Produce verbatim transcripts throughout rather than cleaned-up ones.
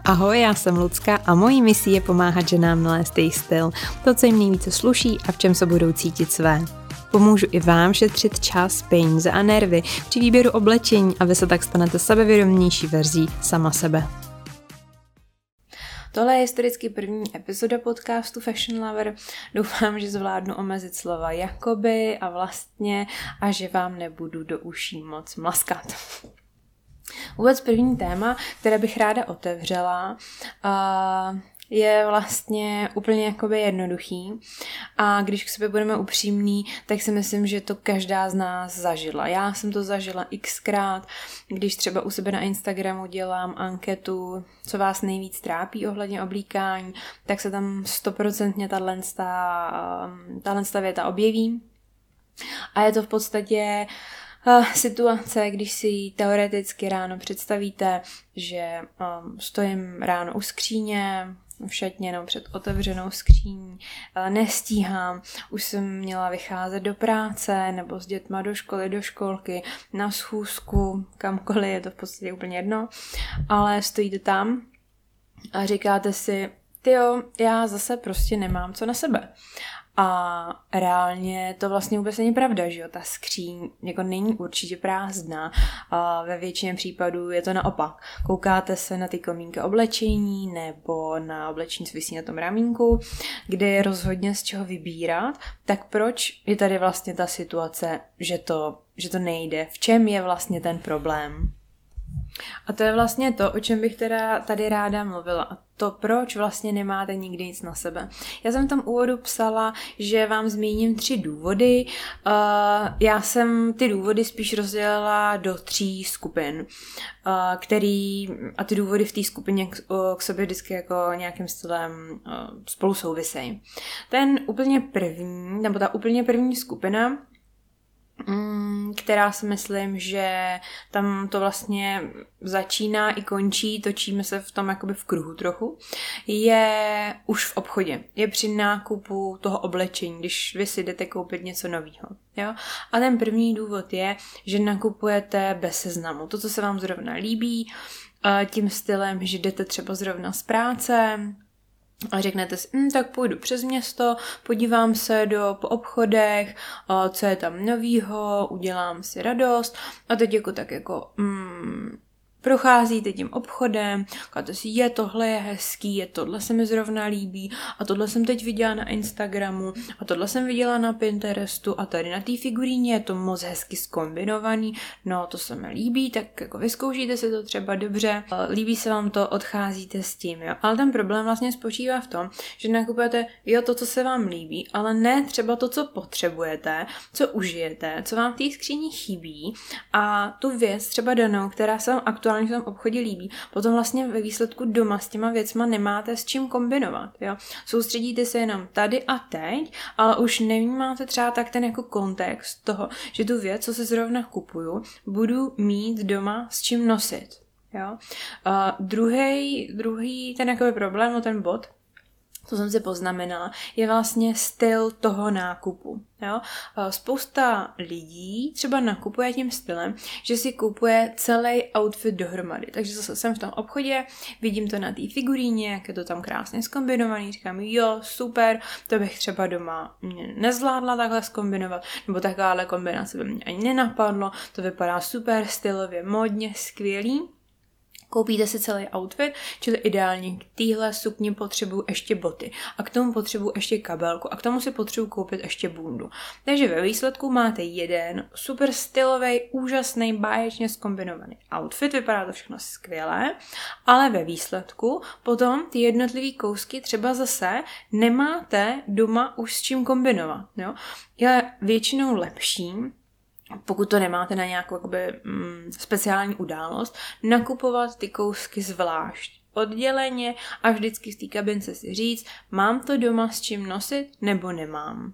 Ahoj, já jsem Lucka a mojí misí je pomáhat ženám nalézt jejich styl, to, co jim nejvíce sluší a v čem se budou cítit své. Pomůžu i vám šetřit čas, peníze a nervy při výběru oblečení a vy se tak stanete sebevědomější verzí sama sebe. Tohle je historicky první epizoda podcastu Fashion Lover. Doufám, že zvládnu omezit slova jakoby a vlastně a že vám nebudu do uší moc mlaskat. Vůbec první téma, které bych ráda otevřela, je vlastně úplně jakoby jednoduchý a když k sobě budeme upřímní, tak si myslím, že to každá z nás zažila. Já jsem to zažila xkrát, když třeba u sebe na Instagramu dělám anketu, co vás nejvíc trápí ohledně oblíkání, tak se tam stoprocentně tato věta objeví a je to v podstatě situace, když si teoreticky ráno představíte, že um, stojím ráno u skříně, v šatně nebo před otevřenou skříní, nestíhám, už jsem měla vycházet do práce nebo s dětma do školy, do školky, na schůzku, kamkoliv, je to v podstatě úplně jedno, ale stojíte tam a říkáte si, tyjo, já zase prostě nemám co na sebe. A reálně to vlastně vůbec není pravda, že jo, ta skříň jako není určitě prázdná a ve většině případů je to naopak. Koukáte se na ty komínky oblečení nebo na oblečení, co visí na tom ramínku, kde je rozhodně z čeho vybírat, tak proč je tady vlastně ta situace, že to, že to nejde? V čem je vlastně ten problém? A to je vlastně to, o čem bych teda tady ráda mluvila. A to, proč vlastně nemáte nikdy nic na sebe. Já jsem v tom úvodu psala, že vám zmíním tři důvody. Uh, já jsem ty důvody spíš rozdělila do tří skupin, uh, který, a ty důvody v té skupině k, uh, k sobě vždycky jako nějakým stylem uh, spolu souvisejí. Ten úplně první, nebo ta úplně první skupina, která si myslím, že tam to vlastně začíná i končí, točíme se v tom jakoby v kruhu trochu, je už v obchodě. Je při nákupu toho oblečení, když vy si jdete koupit něco nového. Jo? A ten první důvod je, že nakupujete bez seznamu. To, co se vám zrovna líbí, tím stylem, že jdete třeba zrovna z práce, a řeknete si, hm, tak půjdu přes město, podívám se do, po obchodech, a co je tam novýho, udělám si radost a teď jako tak jako mm, procházíte tím obchodem, říkáte si, je tohle je hezký, je tohle se mi zrovna líbí a tohle jsem teď viděla na Instagramu a tohle jsem viděla na Pinterestu a tady na té figuríně je to moc hezky zkombinovaný, no to se mi líbí, tak jako vyzkoušíte si to třeba dobře, líbí se vám to, odcházíte s tím, jo. Ale ten problém vlastně spočívá v tom, že nakupujete jo to, co se vám líbí, ale ne třeba to, co potřebujete, co užijete, co vám v té skříni chybí a tu věc třeba danou, která se vám aktuálně v tom obchodě líbí, potom vlastně ve výsledku doma s těma věcma nemáte s čím kombinovat. Jo? Soustředíte se jenom tady a teď, ale už nevnímáte třeba tak ten jako kontext toho, že tu věc, co se zrovna kupuju, budu mít doma s čím nosit. Jo? Uh, druhý, druhý ten jakoby problém, no ten bod, co jsem si poznamenala, je vlastně styl toho nákupu. Jo? Spousta lidí třeba nakupuje tím stylem, že si kupuje celý outfit dohromady. Takže zase jsem v tom obchodě, vidím to na té figuríně, jak je to tam krásně zkombinovaný, říkám, jo, super, to bych třeba doma nezvládla takhle zkombinovat, nebo takováhle kombinace by mě ani nenapadlo, to vypadá super stylově, modně, skvělý. Koupíte si celý outfit, čili ideálně k téhle sukni potřebuju ještě boty a k tomu potřebuju ještě kabelku a k tomu si potřebuju koupit ještě bundu. Takže ve výsledku máte jeden super stylový, úžasný, báječně zkombinovaný outfit, vypadá to všechno skvěle, ale ve výsledku potom ty jednotlivý kousky třeba zase nemáte doma už s čím kombinovat. Jo? Je většinou lepší, pokud to nemáte na nějakou jakoby, mm, speciální událost, nakupovat ty kousky zvlášť, odděleně a vždycky v té kabince si říct, mám to doma s čím nosit nebo nemám.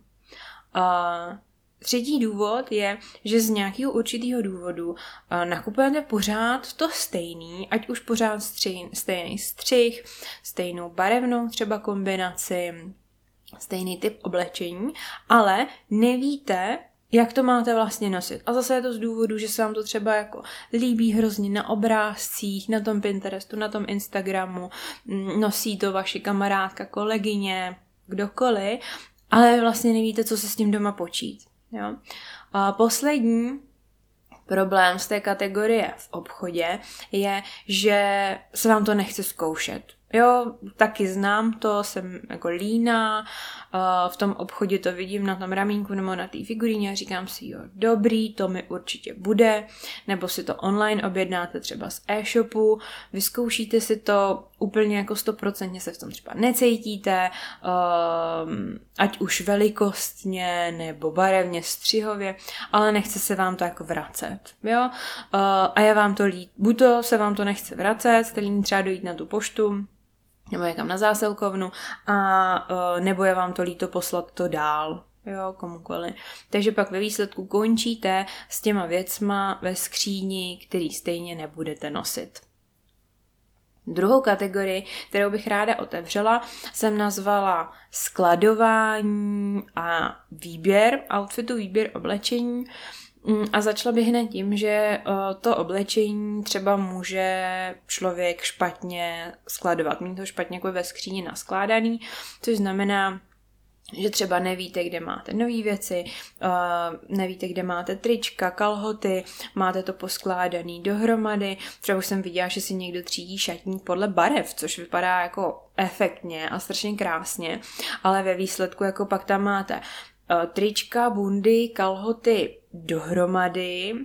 A třetí důvod je, že z nějakého určitého důvodu a, nakupujete pořád to stejný, ať už pořád střih, stejný střih, stejnou barevnou třeba kombinaci, stejný typ oblečení, ale nevíte, jak to máte vlastně nosit. A zase je to z důvodu, že se vám to třeba jako líbí hrozně na obrázcích, na tom Pinterestu, na tom Instagramu, nosí to vaši kamarádka, kolegyně, kdokoliv, ale vlastně nevíte, co se s tím doma počít. Jo? A poslední problém z té kategorie v obchodě je, že se vám to nechce zkoušet. Jo, taky znám to, jsem jako líná, v tom obchodě to vidím na tom ramínku nebo na té figuríně a říkám si, jo, dobrý, to mi určitě bude, nebo si to online objednáte třeba z e-shopu, vyzkoušíte si to, úplně jako stoprocentně se v tom třeba necítíte, ať už velikostně nebo barevně, střihově, ale nechce se vám to jako vracet, jo, a je vám to líp, buď to se vám to nechce vracet, jste líní třeba dojít na tu poštu, nebo někam na zásilkovnu, a uh, nebo je vám to líto poslat to dál, jo, komukoliv. Takže pak ve výsledku končíte s těma věcma ve skříni, který stejně nebudete nosit. Druhou kategorii, kterou bych ráda otevřela, jsem nazvala skladování a výběr outfitu, výběr oblečení. A začala bych hned tím, že to oblečení třeba může člověk špatně skladovat, mít to špatně jako ve skříni naskládaný, což znamená, že třeba nevíte, kde máte nové věci, nevíte, kde máte trička, kalhoty, máte to poskládaný dohromady. Třeba už jsem viděla, že si někdo třídí šatník podle barev, což vypadá jako efektně a strašně krásně, ale ve výsledku jako pak tam máte trička, bundy, kalhoty dohromady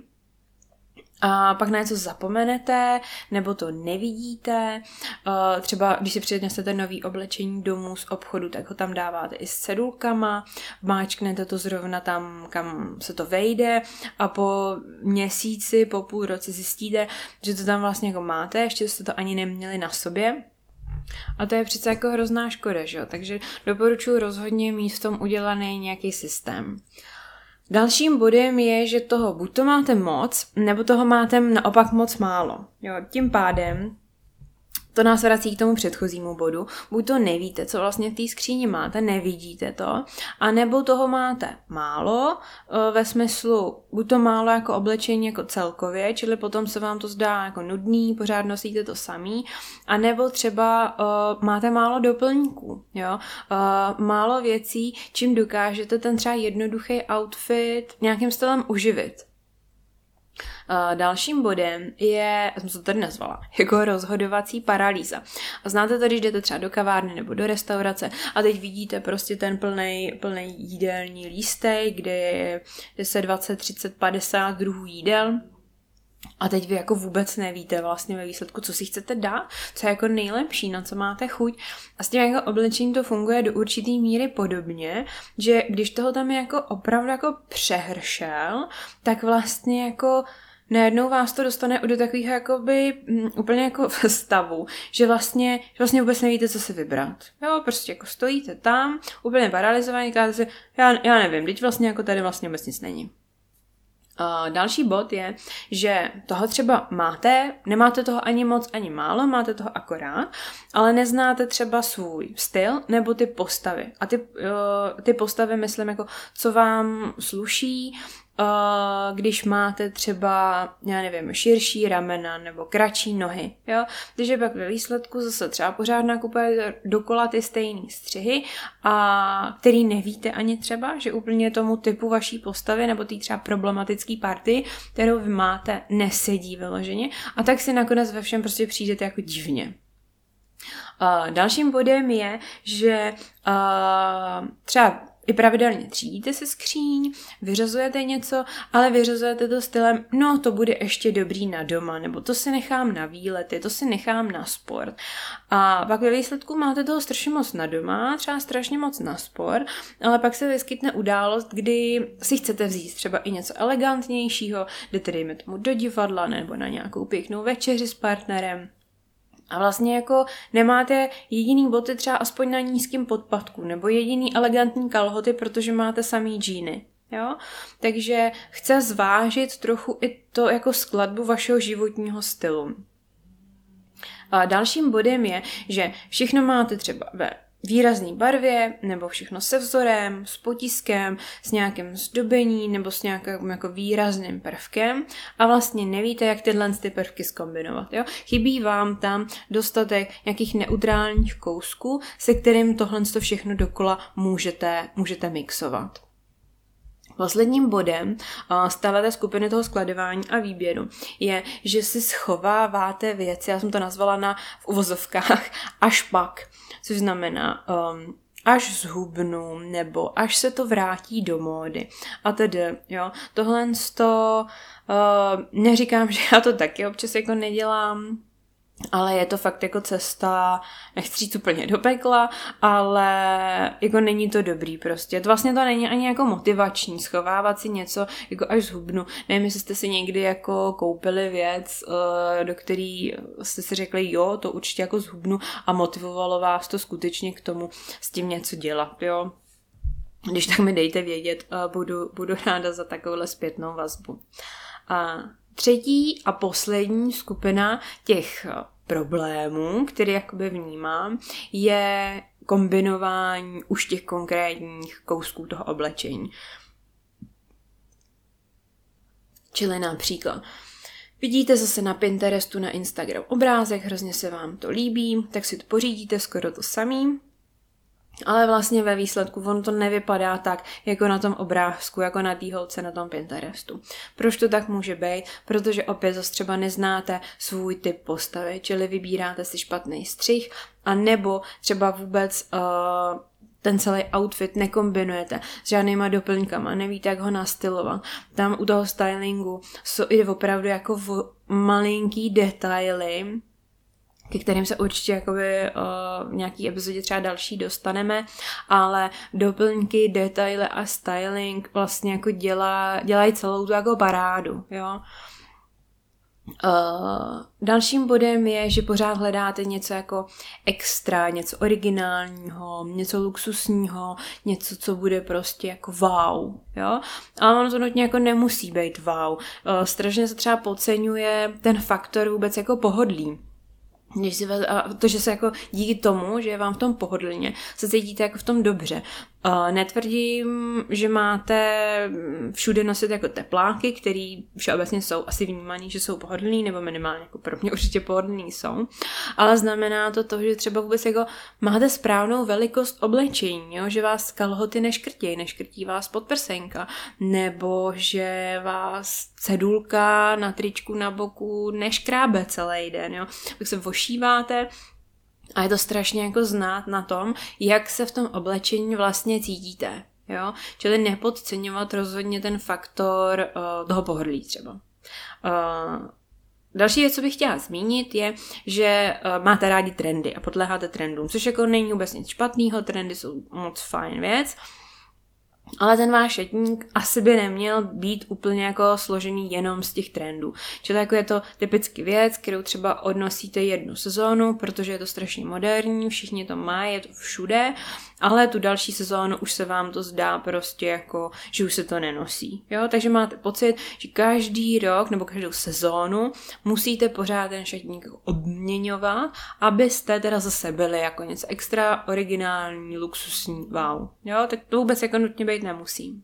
a pak na něco zapomenete, nebo to nevidíte. Třeba když si přinesete nový oblečení domů z obchodu, tak ho tam dáváte i s cedulkama, máčknete to zrovna tam, kam se to vejde a po měsíci, po půl roce zjistíte, že to tam vlastně jako máte, ještě jste to ani neměli na sobě. A to je přece jako hrozná škoda, že jo? Takže doporučuji rozhodně mít v tom udělaný nějaký systém. Dalším bodem je, že toho buď to máte moc, nebo toho máte naopak moc málo. Jo? Tím pádem to nás vrací k tomu předchozímu bodu. Buď to nevíte, co vlastně v té skříni máte, nevidíte to, anebo toho máte málo, ve smyslu, buď to málo jako oblečení jako celkově, čili potom se vám to zdá jako nudný, pořád nosíte to samý, anebo třeba uh, máte málo doplňků, jo? Uh, málo věcí, čím dokážete ten třeba jednoduchý outfit nějakým stylem uživit. Uh, dalším bodem je, já jsem to tady nazvala, jako rozhodovací paralýza. A znáte to, když jdete třeba do kavárny nebo do restaurace a teď vidíte prostě ten plnej, plnej jídelní lístek, kde je deset, dvacet, třicet, padesát druhů jídel. A teď vy jako vůbec nevíte vlastně ve výsledku, co si chcete dát, co je jako nejlepší, na co máte chuť. A s tím jako oblečením to funguje do určitý míry podobně, že když toho tam je jako opravdu jako přehršel, tak vlastně jako najednou vás to dostane do takového jakoby m, úplně jako stavu, že vlastně, že vlastně vůbec nevíte, co si vybrat. Jo, prostě jako stojíte tam, úplně paralizovaný, říkáte si, já, já nevím, teď vlastně jako tady vlastně vůbec nic není. Uh, další bod je, že toho třeba máte, nemáte toho ani moc, ani málo, máte toho akorát, ale neznáte třeba svůj styl nebo ty postavy. A ty, uh, ty postavy myslím jako, co vám sluší, uh, když máte třeba, já nevím, širší ramena nebo kratší nohy, jo. Takže pak ve výsledku zase třeba pořád nakupujete dokola ty stejný střihy, a který nevíte ani třeba, že úplně tomu typu vaší postavy nebo tý třeba problematický party, kterou vy máte, nesedí vyloženě, a tak si nakonec ve všem prostě přijdete jako divně. Uh, dalším bodem je, že uh, třeba i pravidelně třídíte si skříň, vyřazujete něco, ale vyřazujete to stylem, no to bude ještě dobrý na doma, nebo to si nechám na výlety, to si nechám na sport. A pak ve výsledku máte toho strašně moc na doma, třeba strašně moc na sport, ale pak se vyskytne událost, kdy si chcete vzít třeba i něco elegantnějšího, jdete dejme tomu do divadla nebo na nějakou pěknou večeři s partnerem. A vlastně jako nemáte jediný boty třeba aspoň na nízkém podpatku, nebo jediný elegantní kalhoty, protože máte samý džíny. Jo? Takže chce zvážit trochu i to jako skladbu vašeho životního stylu. A dalším bodem je, že všechno máte třeba ve výrazný barvě, nebo všechno se vzorem, s potiskem, s nějakým zdobení, nebo s nějakým jako výrazným prvkem a vlastně nevíte, jak tyhle ty prvky zkombinovat. Jo? Chybí vám tam dostatek nějakých neutrálních kousků, se kterým tohle všechno dokola můžete, můžete mixovat. Posledním bodem z této skupiny toho skladování a výběru je, že si schováváte věci, já jsem to nazvala na v uvozovkách, až pak, což znamená um, až zhubnu, nebo až se to vrátí do módy. A tedy, jo, tohle to uh, neříkám, že já to taky občas jako nedělám, ale je to fakt jako cesta, nechci říct úplně do pekla, ale jako není to dobrý prostě. To vlastně to není ani jako motivační, schovávat si něco jako až zhubnu. Nevím, jestli jste si někdy jako koupili věc, do který jste si řekli, jo, to určitě jako zhubnu a motivovalo vás to skutečně k tomu s tím něco dělat, jo. Když tak mi dejte vědět, budu, budu ráda za takovouhle zpětnou vazbu. A třetí a poslední skupina těch problémů, který jakoby vnímám, je kombinování už těch konkrétních kousků toho oblečení. Čili například vidíte zase na Pinterestu, na Instagram obrázek, hrozně se vám to líbí, tak si to pořídíte skoro to samý, ale vlastně ve výsledku ono to nevypadá tak, jako na tom obrázku, jako na té holce na tom Pinterestu. Proč to tak může být? Protože opět zase třeba neznáte svůj typ postavy, čili vybíráte si špatný střih, a nebo třeba vůbec uh, ten celý outfit nekombinujete s žádnýma doplňkama, nevíte, jak ho nastylovat. Tam u toho stylingu jsou i opravdu jako v malinký detaily, ke kterým se určitě jakoby, uh, v nějaký epizodě třeba další dostaneme, ale doplňky, detaily a styling vlastně jako dělá, dělají celou tu jako parádu, jo. Uh, dalším bodem je, že pořád hledáte něco jako extra, něco originálního, něco luxusního, něco, co bude prostě jako wow, jo. Ale ono to nutně jako nemusí být wow. Uh, strašně se třeba podceňuje ten faktor vůbec jako pohodlí. Když si, a to, že se jako díky tomu, že je vám v tom pohodlně, se cítíte jako v tom dobře. Uh, netvrdím, že máte všude nosit jako tepláky, který všeobecně jsou asi vnímaný, že jsou pohodlný, nebo minimálně jako pro mě určitě pohodlný jsou, ale znamená to to, že třeba vůbec jako máte správnou velikost oblečení, jo? Že vás kalhoty neškrtějí, neškrtí vás podprsenka, nebo že vás cedulka na tričku na boku neškrábe celý den, jo? Tak se vošíváte. A je to strašně jako znát na tom, jak se v tom oblečení vlastně cítíte. Jo? Čili nepodceňovat rozhodně ten faktor uh, toho pohodlí třeba. Uh, další věc, co bych chtěla zmínit, je, že uh, máte rádi trendy a podléháte trendům, což jako není vůbec nic špatného, trendy jsou moc fajn věc. Ale ten váš šatník asi by neměl být úplně jako složený jenom z těch trendů. Čili jako je to typicky věc, kterou třeba odnosíte jednu sezónu, protože je to strašně moderní, všichni to mají, je to všude, ale tu další sezónu už se vám to zdá prostě jako, že už se to nenosí. Jo? Takže máte pocit, že každý rok nebo každou sezónu musíte pořád ten šatník obměňovat, abyste teda zase byli jako něco extra originální, luxusní, wow. Jo? Tak to vůbec jako nutně být nemusí.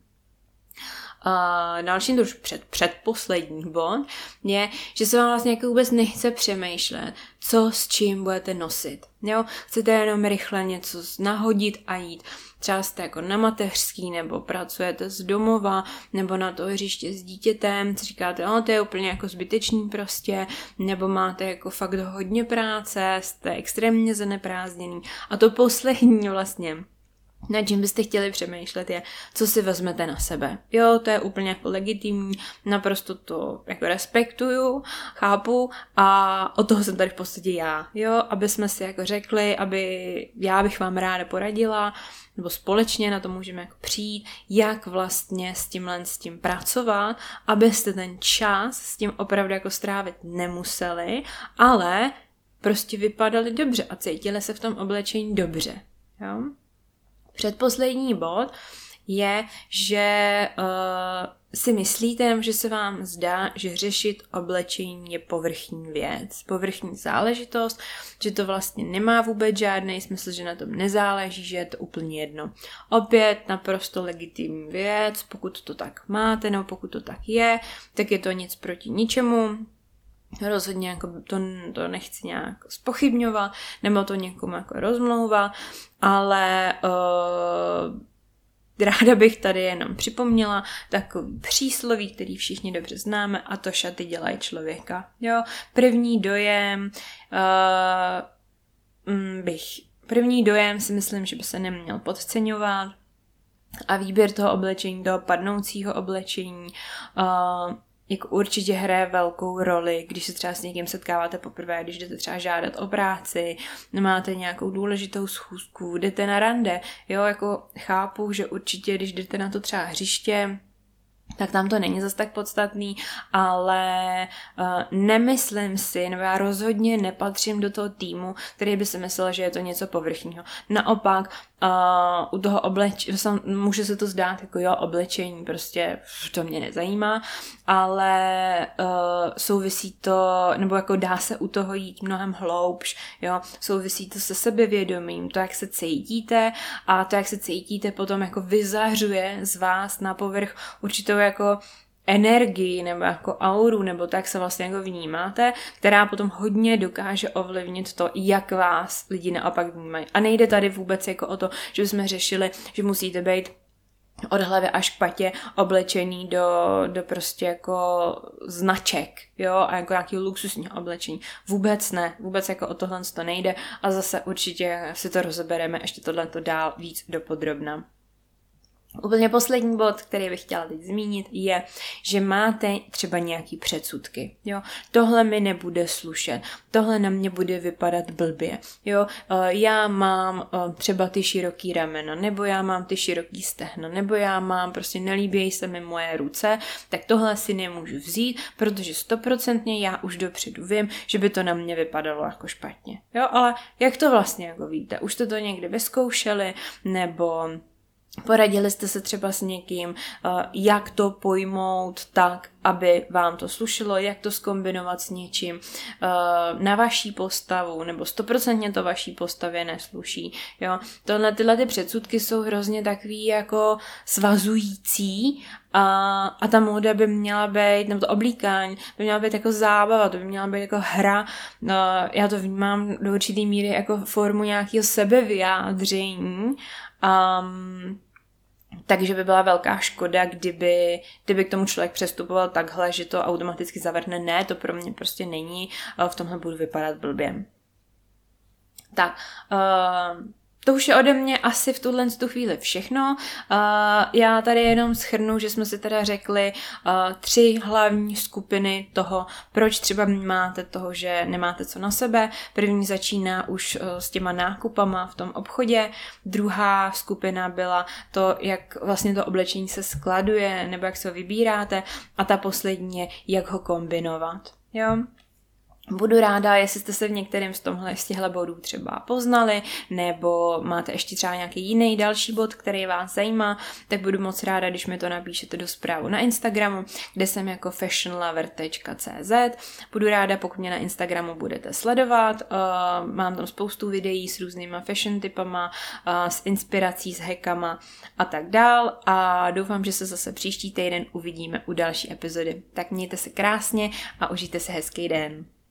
A další, to už před, předposlední bod, je, že se vám vlastně jako vůbec nechce přemýšlet, co s čím budete nosit. Jo? Chcete jenom rychle něco nahodit a jít. Třeba jste jako na mateřský, nebo pracujete z domova, nebo na to hřiště s dítětem, co říkáte, no to je úplně jako zbytečný prostě, nebo máte jako fakt hodně práce, jste extrémně zaneprázdněný. A to poslední vlastně, nad čím byste chtěli přemýšlet, je, co si vezmete na sebe. Jo, to je úplně jako legitimní, naprosto to jako respektuju, chápu a od toho jsem tady v podstatě já. Jo, aby jsme si jako řekli, aby já bych vám ráda poradila, nebo společně na to můžeme jako přijít, jak vlastně s tímhle s tím pracovat, abyste ten čas s tím opravdu jako strávit nemuseli, ale prostě vypadali dobře a cítili se v tom oblečení dobře. Jo? Předposlední bod je, že uh, si myslíte, nebo že se vám zdá, že řešit oblečení je povrchní věc, povrchní záležitost, že to vlastně nemá vůbec žádný smysl, že na tom nezáleží, že je to úplně jedno. Opět naprosto legitimní věc, pokud to tak máte, nebo pokud to tak je, tak je to nic proti ničemu. Rozhodně jako to, to nechci nějak zpochybňovat, nebo to někomu jako rozmlouvat, ale uh, ráda bych tady jenom připomněla takový přísloví, který všichni dobře známe, a to šaty dělají člověka. Jo? První dojem uh, bych, první dojem si myslím, že by se neměl podceňovat a výběr toho oblečení, toho padnoucího oblečení, uh, jako určitě hraje velkou roli, když se třeba s někým setkáváte poprvé, když jdete třeba žádat o práci, máte nějakou důležitou schůzku, jdete na rande, jo, jako chápu, že určitě, když jdete na to třeba hřiště, tak tam to není zas tak podstatný, ale uh, nemyslím si, nebo já rozhodně nepatřím do toho týmu, který by si myslel, že je to něco povrchního. Naopak, uh, u toho oblečení, může se to zdát jako jo, oblečení, prostě to mě nezajímá, ale uh, souvisí to, nebo jako dá se u toho jít mnohem hloubš, jo, souvisí to se sebevědomím, to, jak se cítíte a to, jak se cítíte, potom jako vyzařuje z vás na povrch určitou jako energii nebo jako auru, nebo tak se vlastně jako vnímáte, která potom hodně dokáže ovlivnit to, jak vás lidi naopak vnímají. A nejde tady vůbec jako o to, že bychom řešili, že musíte být od hlavy až k patě oblečený do, do prostě jako značek, jo, a jako nějakého luxusního oblečení. Vůbec ne, vůbec jako o tohle to nejde a zase určitě si to rozebereme ještě tohle to dál víc dopodrobna. Úplně poslední bod, který bych chtěla teď zmínit, je, že máte třeba nějaký předsudky. Jo? Tohle mi nebude slušet, tohle na mě bude vypadat blbě. Jo? Já mám třeba ty široký ramena, nebo já mám ty široký stehna, nebo já mám, prostě nelíbějí se mi moje ruce, tak tohle si nemůžu vzít, protože stoprocentně já už dopředu vím, že by to na mě vypadalo jako špatně. Jo? Ale jak to vlastně jako víte? Už jste to někdy vyzkoušeli, nebo poradili jste se třeba s někým, jak to pojmout tak, aby vám to slušelo, jak to zkombinovat s něčím na vaší postavu, nebo stoprocentně to vaší postavě nesluší. Jo? Tohle, tyhle ty předsudky jsou hrozně takový jako svazující a, a ta móda by měla být, nebo to oblíkání by měla být jako zábava, to by měla být jako hra. Já to vnímám do určitý míry jako formu nějakého sebevyjádření. Um, takže by byla velká škoda, kdyby, kdyby k tomu člověk přestupoval takhle, že to automaticky zavrhne. Ne, to pro mě prostě není, v tomhle budu vypadat blbě. Tak, uh, to už je ode mě asi v tuhle tu chvíli všechno. Uh, já tady jenom shrnu, že jsme si teda řekli uh, tři hlavní skupiny toho, proč třeba máte toho, že nemáte co na sebe. První začíná už uh, s těma nákupama v tom obchodě. Druhá skupina byla to, jak vlastně to oblečení se skladuje, nebo jak se ho vybíráte. A ta poslední je, jak ho kombinovat. Jo? Budu ráda, jestli jste se v některém z tomhle, z těchto bodů třeba poznali, nebo máte ještě třeba nějaký jiný další bod, který vás zajímá, tak budu moc ráda, když mi to napíšete do zprávu na Instagramu, kde jsem jako fashionlover tečka cé zet. Budu ráda, pokud mě na Instagramu budete sledovat, uh, mám tam spoustu videí s různýma fashion tipama, uh, s inspirací, s hackama a tak dál a doufám, že se zase příští týden uvidíme u další epizody. Tak mějte se krásně a užijte si hezký den.